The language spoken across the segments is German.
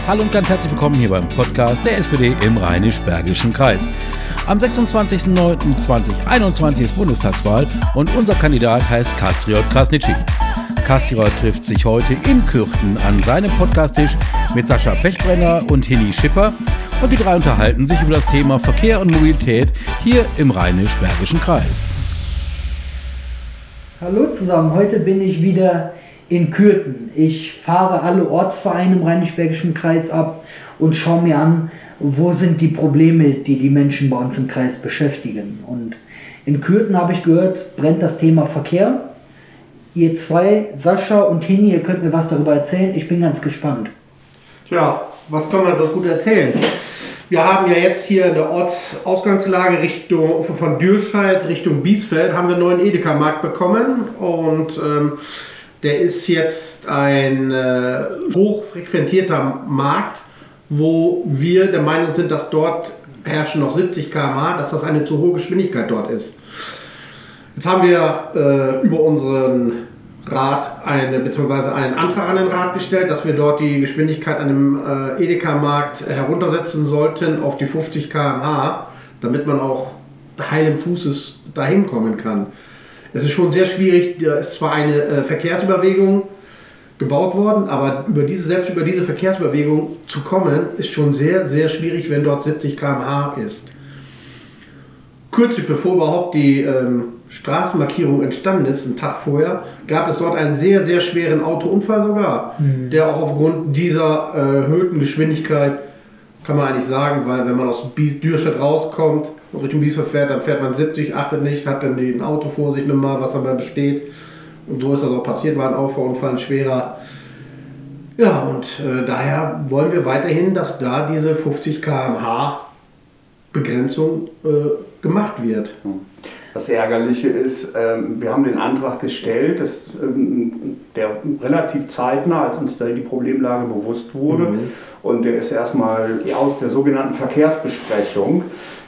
Hallo und ganz herzlich willkommen hier beim Podcast der SPD im Rheinisch-Bergischen Kreis. Am 26.09.2021 ist Bundestagswahl und unser Kandidat heißt Kastriot Krasnitschi. Kastriot trifft sich heute in Kürten an seinem Podcasttisch mit Sascha Pechbrenner und Henny Schipper und die drei unterhalten sich über das Thema Verkehr und Mobilität hier im Rheinisch-Bergischen Kreis. Hallo zusammen, heute bin ich wieder in Kürten. Ich fahre alle Ortsvereine im Rheinisch-Bergischen Kreis ab und schaue mir an, wo sind die Probleme, die die Menschen bei uns im Kreis beschäftigen. Und in Kürten, habe ich gehört, brennt das Thema Verkehr. Ihr zwei, Sascha und Henny, ihr könnt mir was darüber erzählen. Ich bin ganz gespannt. Ja, was kann man das gut erzählen? Wir haben ja jetzt hier in der Ortsausgangslage von Dürscheid Richtung Biesfeld haben wir einen neuen Edeka-Markt bekommen und der ist jetzt ein hochfrequentierter Markt, wo wir der Meinung sind, dass dort herrschen noch 70 km/h, dass das eine zu hohe Geschwindigkeit dort ist. Jetzt haben wir über unseren Rat einen Antrag an den Rat gestellt, dass wir dort die Geschwindigkeit an dem Edeka-Markt heruntersetzen sollten auf die 50 km/h, damit man auch heilen Fußes dahin kommen kann. Es ist schon sehr schwierig, da ist zwar eine Verkehrsüberwägung gebaut worden, aber selbst über diese Verkehrsüberwägung zu kommen, ist schon sehr, sehr schwierig, wenn dort 70 km/h ist. Kürzlich, bevor überhaupt die Straßenmarkierung entstanden ist, einen Tag vorher, gab es dort einen sehr, sehr schweren Autounfall sogar, der auch aufgrund dieser erhöhten Geschwindigkeit, kann man eigentlich sagen, weil wenn man aus Dürscheid rauskommt, Richtung Biesfeld fährt, dann fährt man 70, achtet nicht, hat dann ein Auto vor sich nochmal, was aber besteht. Und so ist das auch passiert, war ein Auffahrunfall, ein schwerer. Ja, und daher wollen wir weiterhin, dass da diese 50 km/h Begrenzung gemacht wird. Das Ärgerliche ist, wir haben den Antrag gestellt, der relativ zeitnah, als uns da die Problemlage bewusst wurde. Und der ist erstmal aus der sogenannten Verkehrsbesprechung,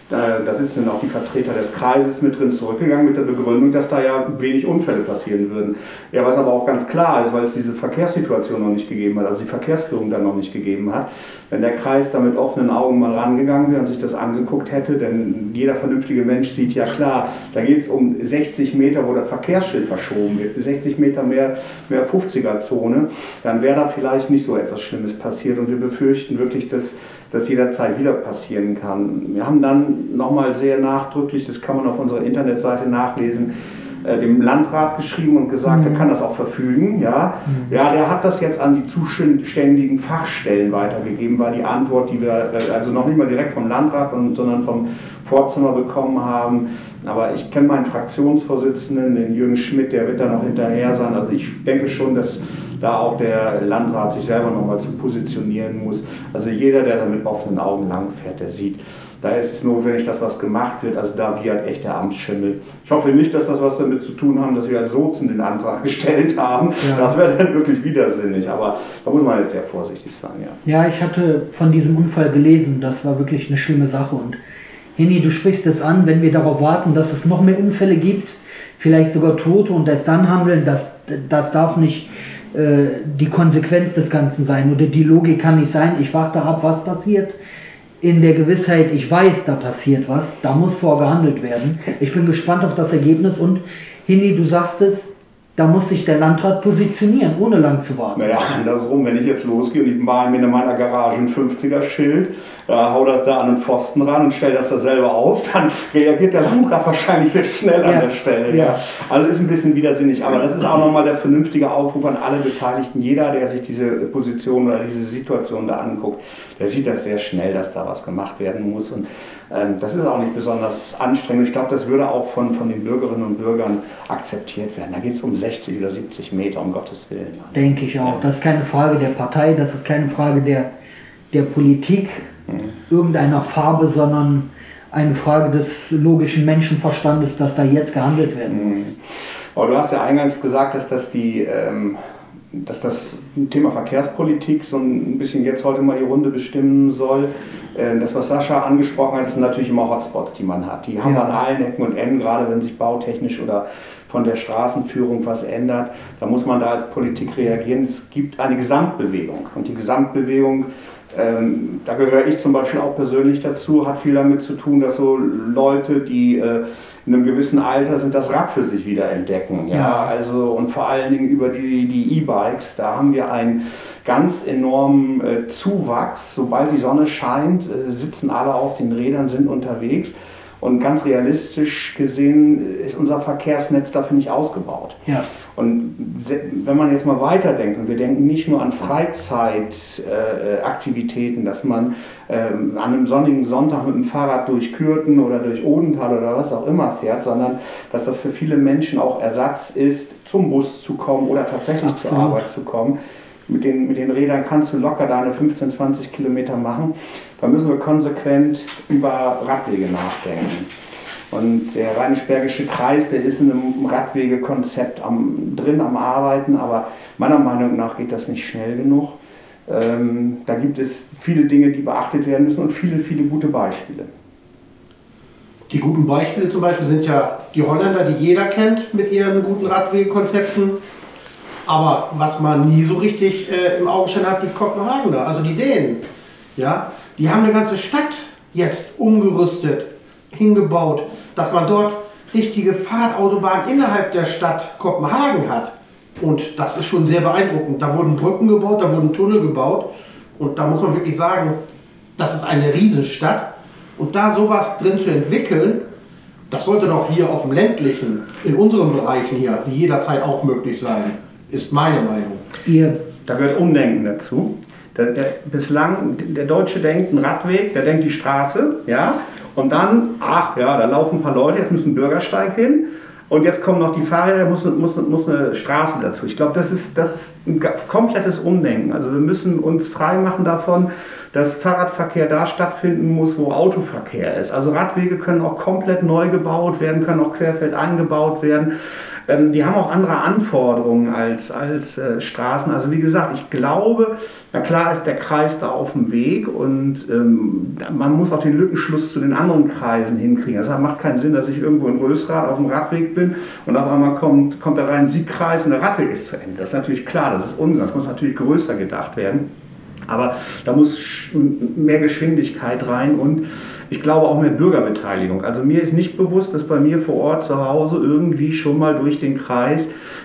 da sitzen dann auch die Vertreter des Kreises mit drin, zurückgegangen mit der Begründung, dass da ja wenig Unfälle passieren würden. Ja, was aber auch ganz klar ist, weil es diese Verkehrssituation noch nicht gegeben hat, also die Verkehrsführung dann noch nicht gegeben hat, wenn der Kreis da mit offenen Augen mal rangegangen wäre und sich das angeguckt hätte, denn jeder vernünftige Mensch sieht ja klar, da geht es um 60 Meter, wo das Verkehrsschild verschoben wird, 60 Meter mehr 50er-Zone, dann wäre da vielleicht nicht so etwas Schlimmes passiert und wir befürchten wirklich, dass das jederzeit wieder passieren kann. Wir haben dann nochmal sehr nachdrücklich, das kann man auf unserer Internetseite nachlesen, dem Landrat geschrieben und gesagt, er kann das auch verfügen. Ja, der hat das jetzt an die zuständigen Fachstellen weitergegeben, war die Antwort, die wir also noch nicht mal direkt vom Landrat, sondern vom Vorzimmer bekommen haben. Aber ich kenne meinen Fraktionsvorsitzenden, den Jürgen Schmidt, der wird da noch hinterher sein. Also ich denke schon, dass da auch der Landrat sich selber nochmal zu positionieren muss. Also jeder, der da mit offenen Augen langfährt, der sieht, da ist es notwendig, dass was gemacht wird. Also da wird echt der Amtsschimmel. Ich hoffe nicht, dass das was damit zu tun haben, dass wir als Sozen den Antrag gestellt haben. Ja. Das wäre dann wirklich widersinnig. Aber da muss man jetzt sehr vorsichtig sein. Ja, ich hatte von diesem Unfall gelesen. Das war wirklich eine schlimme Sache. Und Henny, du sprichst es an, wenn wir darauf warten, dass es noch mehr Unfälle gibt, vielleicht sogar Tote und erst dann handeln, das darf nicht die Konsequenz des Ganzen sein oder die Logik kann nicht sein, ich warte ab, was passiert. In der Gewissheit, ich weiß, da passiert was, da muss vorgehandelt werden. Ich bin gespannt auf das Ergebnis und Henny, du sagst es, da muss sich der Landrat positionieren, ohne lang zu warten. Naja, andersrum, wenn ich jetzt losgehe und ich male mir in meiner Garage ein 50er-Schild, hau das da an den Pfosten ran und stelle das da selber auf, dann reagiert der Landrat wahrscheinlich sehr schnell an der Stelle. Ja. Also ist ein bisschen widersinnig, aber das ist auch nochmal der vernünftige Aufruf an alle Beteiligten. Jeder, der sich diese Position oder diese Situation da anguckt, der sieht das sehr schnell, dass da was gemacht werden muss. Und das ist auch nicht besonders anstrengend. Ich glaube, das würde auch von den Bürgerinnen und Bürgern akzeptiert werden. Da geht es um 60 oder 70 Meter, um Gottes Willen. Denke ich auch. Das ist keine Frage der Partei, das ist keine Frage der Politik, irgendeiner Farbe, sondern eine Frage des logischen Menschenverstandes, dass da jetzt gehandelt werden muss. Aber du hast ja eingangs gesagt, dass das Thema Verkehrspolitik so ein bisschen jetzt heute mal die Runde bestimmen soll. Das, was Sascha angesprochen hat, sind natürlich immer Hotspots, die man hat. Die haben wir an allen Ecken und Enden, gerade wenn sich bautechnisch oder von der Straßenführung was ändert, dann muss man da als Politik reagieren. Es gibt eine Gesamtbewegung und die Gesamtbewegung, da gehöre ich zum Beispiel auch persönlich dazu, hat viel damit zu tun, dass so Leute, die in einem gewissen Alter sind, das Rad für sich wieder entdecken. Ja? Also, und vor allen Dingen über die E-Bikes, da haben wir einen ganz enormen Zuwachs. Sobald die Sonne scheint, sitzen alle auf den Rädern, sind unterwegs. Und ganz realistisch gesehen ist unser Verkehrsnetz dafür nicht ausgebaut. Ja. Und wenn man jetzt mal weiterdenkt, und wir denken nicht nur an Freizeitaktivitäten, dass man an einem sonnigen Sonntag mit dem Fahrrad durch Kürten oder durch Odenthal oder was auch immer fährt, sondern dass das für viele Menschen auch Ersatz ist, zum Bus zu kommen oder tatsächlich zur Arbeit zu kommen. Mit den Rädern kannst du locker deine 15, 20 Kilometer machen. Da müssen wir konsequent über Radwege nachdenken. Und der Rheinisch-Bergische Kreis, der ist in einem Radwegekonzept drin am Arbeiten, aber meiner Meinung nach geht das nicht schnell genug. Da gibt es viele Dinge, die beachtet werden müssen und viele, viele gute Beispiele. Die guten Beispiele zum Beispiel sind ja die Holländer, die jeder kennt mit ihren guten Radwegekonzepten. Aber was man nie so richtig im Augenschein hat, die Kopenhagener, also die Dänen. Ja? Die haben eine ganze Stadt jetzt umgerüstet, hingebaut, dass man dort richtige Fahrtautobahnen innerhalb der Stadt Kopenhagen hat. Und das ist schon sehr beeindruckend. Da wurden Brücken gebaut, da wurden Tunnel gebaut. Und da muss man wirklich sagen, das ist eine Riesenstadt. Und da sowas drin zu entwickeln, das sollte doch hier auf dem ländlichen, in unseren Bereichen hier, jederzeit auch möglich sein. Ist meine Meinung. Da gehört Umdenken dazu. Bislang, der Deutsche denkt einen Radweg, der denkt die Straße, ja, und dann, da laufen ein paar Leute, jetzt müssen ein Bürgersteig hin und jetzt kommen noch die Fahrräder, muss eine Straße dazu. Ich glaube, das ist ein komplettes Umdenken. Also wir müssen uns frei machen davon, dass Fahrradverkehr da stattfinden muss, wo Autoverkehr ist. Also Radwege können auch komplett neu gebaut werden, können auch querfeld eingebaut werden. Die haben auch andere Anforderungen als Straßen. Also wie gesagt, ich glaube, na klar ist der Kreis da auf dem Weg und man muss auch den Lückenschluss zu den anderen Kreisen hinkriegen. Also macht keinen Sinn, dass ich irgendwo in Rösrath auf dem Radweg bin und auf einmal kommt der Rhein-Sieg-Kreis und der Radweg ist zu Ende. Das ist natürlich klar, das ist Unsinn, das muss natürlich größer gedacht werden. Aber da muss mehr Geschwindigkeit rein und ich glaube auch mehr Bürgerbeteiligung. Also mir ist nicht bewusst, dass bei mir vor Ort zu Hause irgendwie schon mal durch den Kreis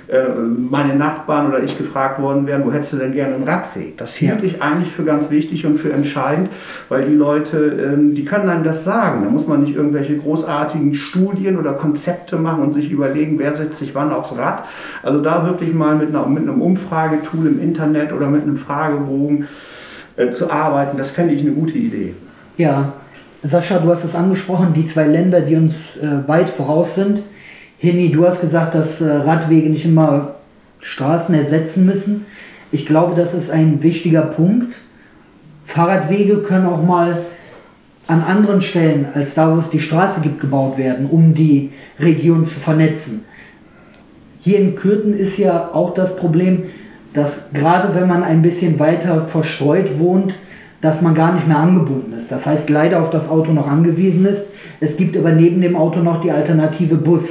meine Nachbarn oder ich gefragt worden wären, wo hättest du denn gerne einen Radweg? Das hielt ich eigentlich für ganz wichtig und für entscheidend, weil die Leute, die können einem das sagen. Da muss man nicht irgendwelche großartigen Studien oder Konzepte machen und sich überlegen, wer setzt sich wann aufs Rad. Also da wirklich mal mit einem Umfragetool im Internet oder mit einem Fragebogen zu arbeiten, das fände ich eine gute Idee. Ja, Sascha, du hast es angesprochen, die zwei Länder, die uns weit voraus sind. Henny, du hast gesagt, dass Radwege nicht immer Straßen ersetzen müssen. Ich glaube, das ist ein wichtiger Punkt. Fahrradwege können auch mal an anderen Stellen, als da, wo es die Straße gibt, gebaut werden, um die Region zu vernetzen. Hier in Kürten ist ja auch das Problem, dass gerade wenn man ein bisschen weiter verstreut wohnt, dass man gar nicht mehr angebunden ist. Das heißt, leider auf das Auto noch angewiesen ist. Es gibt aber neben dem Auto noch die Alternative Bus.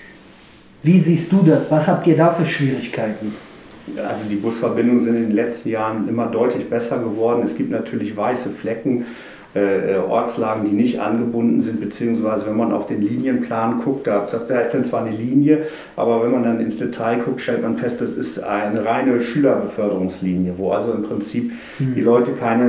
Wie siehst du das? Was habt ihr da für Schwierigkeiten? Also die Busverbindungen sind in den letzten Jahren immer deutlich besser geworden. Es gibt natürlich weiße Flecken, Ortslagen, die nicht angebunden sind, beziehungsweise wenn man auf den Linienplan guckt, da ist dann zwar eine Linie, aber wenn man dann ins Detail guckt, stellt man fest, das ist eine reine Schülerbeförderungslinie, wo also im Prinzip die Leute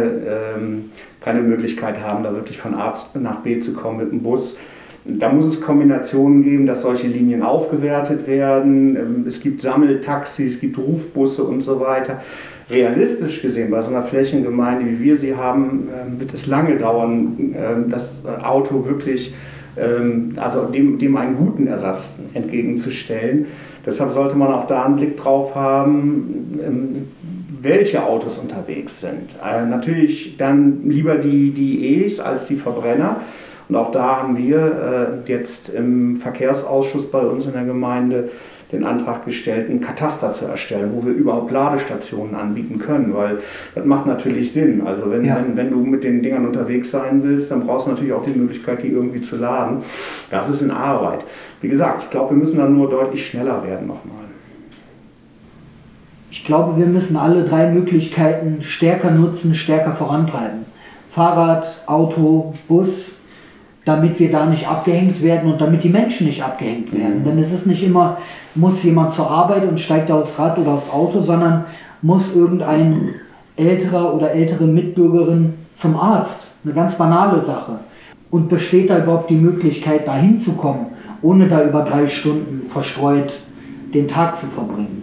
keine Möglichkeit haben, da wirklich von A nach B zu kommen mit dem Bus. Da muss es Kombinationen geben, dass solche Linien aufgewertet werden. Es gibt Sammeltaxis, es gibt Rufbusse und so weiter. Realistisch gesehen, bei so einer Flächengemeinde, wie wir sie haben, wird es lange dauern, das Auto wirklich, also dem einen guten Ersatz entgegenzustellen. Deshalb sollte man auch da einen Blick drauf haben, welche Autos unterwegs sind. Natürlich dann lieber die E's als die Verbrenner. Und auch da haben wir jetzt im Verkehrsausschuss bei uns in der Gemeinde den Antrag gestellt, einen Kataster zu erstellen, wo wir überhaupt Ladestationen anbieten können, weil das macht natürlich Sinn. Also wenn du mit den Dingern unterwegs sein willst, dann brauchst du natürlich auch die Möglichkeit, die irgendwie zu laden. Das ist in Arbeit. Wie gesagt, ich glaube, wir müssen dann nur deutlich schneller werden nochmal. Ich glaube, wir müssen alle 3 Möglichkeiten stärker nutzen, stärker vorantreiben. Fahrrad, Auto, Bus, damit wir da nicht abgehängt werden und damit die Menschen nicht abgehängt werden. Denn es ist nicht immer, muss jemand zur Arbeit und steigt aufs Rad oder aufs Auto, sondern muss irgendein älterer oder ältere Mitbürgerin zum Arzt. Eine ganz banale Sache. Und besteht da überhaupt die Möglichkeit, da hinzukommen, ohne da über 3 Stunden verstreut den Tag zu verbringen?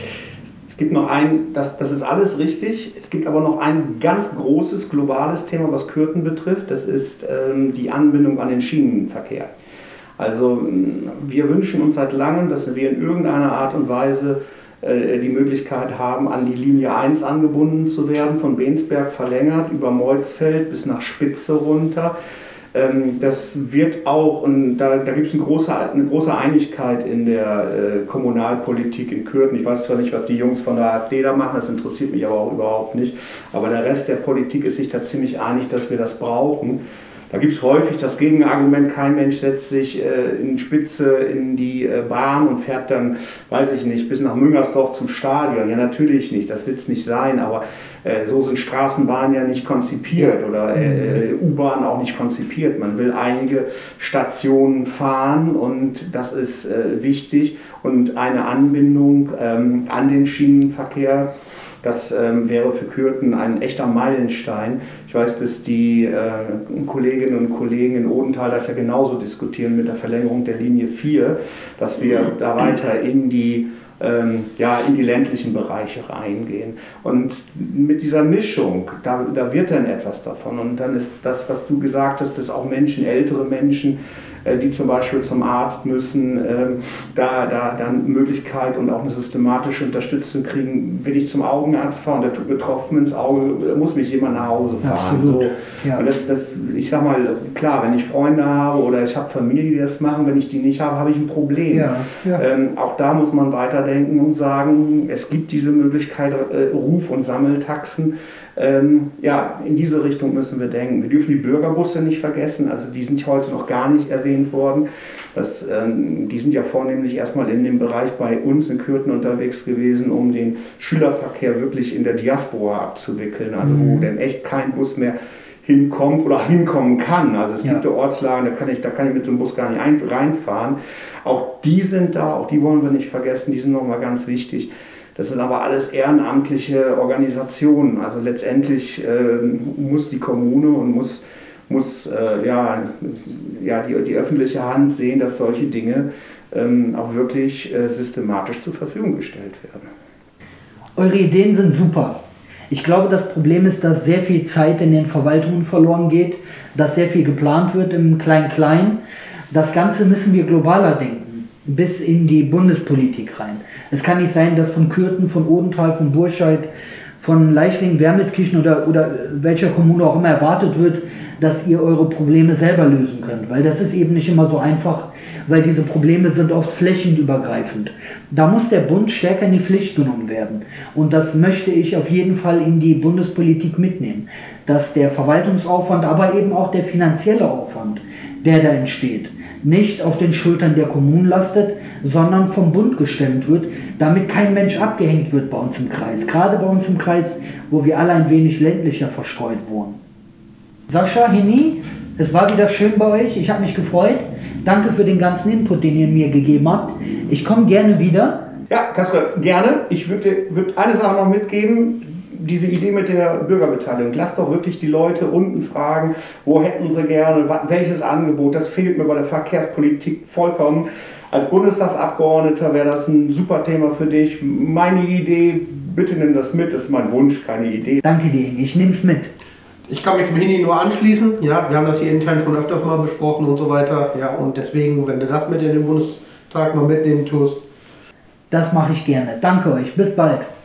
Es gibt noch das ist alles richtig, es gibt aber noch ein ganz großes globales Thema, was Kürten betrifft, das ist die Anbindung an den Schienenverkehr. Also wir wünschen uns seit langem, dass wir in irgendeiner Art und Weise die Möglichkeit haben, an die Linie 1 angebunden zu werden, von Bensberg verlängert, über Meutsfeld bis nach Spitze runter. Das wird auch, und da gibt es eine große Einigkeit in der Kommunalpolitik in Kürten. Ich weiß zwar nicht, was die Jungs von der AfD da machen, das interessiert mich aber auch überhaupt nicht. Aber der Rest der Politik ist sich da ziemlich einig, dass wir das brauchen. Da gibt es häufig das Gegenargument, kein Mensch setzt sich in Spitze in die Bahn und fährt dann, weiß ich nicht, bis nach Müngersdorf zum Stadion. Ja, natürlich nicht, das wird es nicht sein, aber so sind Straßenbahnen ja nicht konzipiert oder U-Bahn auch nicht konzipiert. Man will einige Stationen fahren und das ist wichtig und eine Anbindung an den Schienenverkehr. Das wäre für Kürten ein echter Meilenstein. Ich weiß, dass die Kolleginnen und Kollegen in Odenthal das ja genauso diskutieren mit der Verlängerung der Linie 4, dass wir da weiter in die ländlichen Bereiche reingehen. Und mit dieser Mischung, da wird dann etwas davon. Und dann ist das, was du gesagt hast, dass auch Menschen, ältere Menschen, die zum Beispiel zum Arzt müssen, da dann Möglichkeit und auch eine systematische Unterstützung kriegen. Wenn ich zum Augenarzt fahre und der tut mir Tropfen ins Auge, muss mich jemand nach Hause fahren. So. Ja. Und ich sag mal, klar, wenn ich Freunde habe oder ich habe Familie, die das machen, wenn ich die nicht habe, habe ich ein Problem. Ja. Ja. Auch da muss man weiterdenken und sagen, es gibt diese Möglichkeit, Ruf- und Sammeltaxen. In diese Richtung müssen wir denken. Wir dürfen die Bürgerbusse nicht vergessen, also die sind heute noch gar nicht erwähnt worden. Die sind ja vornehmlich erstmal in dem Bereich bei uns in Kürten unterwegs gewesen, um den Schülerverkehr wirklich in der Diaspora abzuwickeln, also wo denn echt kein Bus mehr hinkommt oder hinkommen kann. Also es gibt ja Ortslagen, da kann ich mit so einem Bus gar nicht reinfahren. Auch die sind da, auch die wollen wir nicht vergessen, die sind nochmal ganz wichtig. Das sind aber alles ehrenamtliche Organisationen. Also letztendlich muss die Kommune und muss die öffentliche Hand sehen, dass solche Dinge auch wirklich systematisch zur Verfügung gestellt werden. Eure Ideen sind super. Ich glaube, das Problem ist, dass sehr viel Zeit in den Verwaltungen verloren geht, dass sehr viel geplant wird im Klein-Klein. Das Ganze müssen wir globaler denken, bis in die Bundespolitik rein. Es kann nicht sein, dass von Kürten, von Odenthal, von Burscheid, von Leichlingen, Wermelskirchen oder welcher Kommune auch immer erwartet wird, dass ihr eure Probleme selber lösen könnt. Weil das ist eben nicht immer so einfach, weil diese Probleme sind oft flächenübergreifend. Da muss der Bund stärker in die Pflicht genommen werden. Und das möchte ich auf jeden Fall in die Bundespolitik mitnehmen. Dass der Verwaltungsaufwand, aber eben auch der finanzielle Aufwand, der da entsteht, nicht auf den Schultern der Kommunen lastet, sondern vom Bund gestemmt wird, damit kein Mensch abgehängt wird bei uns im Kreis. Gerade bei uns im Kreis, wo wir alle ein wenig ländlicher verstreut wohnen. Sascha, Henny, es war wieder schön bei euch. Ich habe mich gefreut. Danke für den ganzen Input, den ihr mir gegeben habt. Ich komme gerne wieder. Ja, Kasper, gerne. Ich würde eine Sache noch mitgeben. Diese Idee mit der Bürgerbeteiligung, lass doch wirklich die Leute unten fragen, wo hätten sie gerne, welches Angebot, das fehlt mir bei der Verkehrspolitik vollkommen. Als Bundestagsabgeordneter wäre das ein super Thema für dich. Meine Idee, bitte nimm das mit, das ist mein Wunsch, keine Idee. Danke dir, ich nehme es mit. Ich kann mich dem Hini nur anschließen, ja, wir haben das hier intern schon öfters mal besprochen und so weiter, ja, und deswegen, wenn du das mit in den Bundestag mal mitnehmen tust. Das mache ich gerne. Danke euch, bis bald.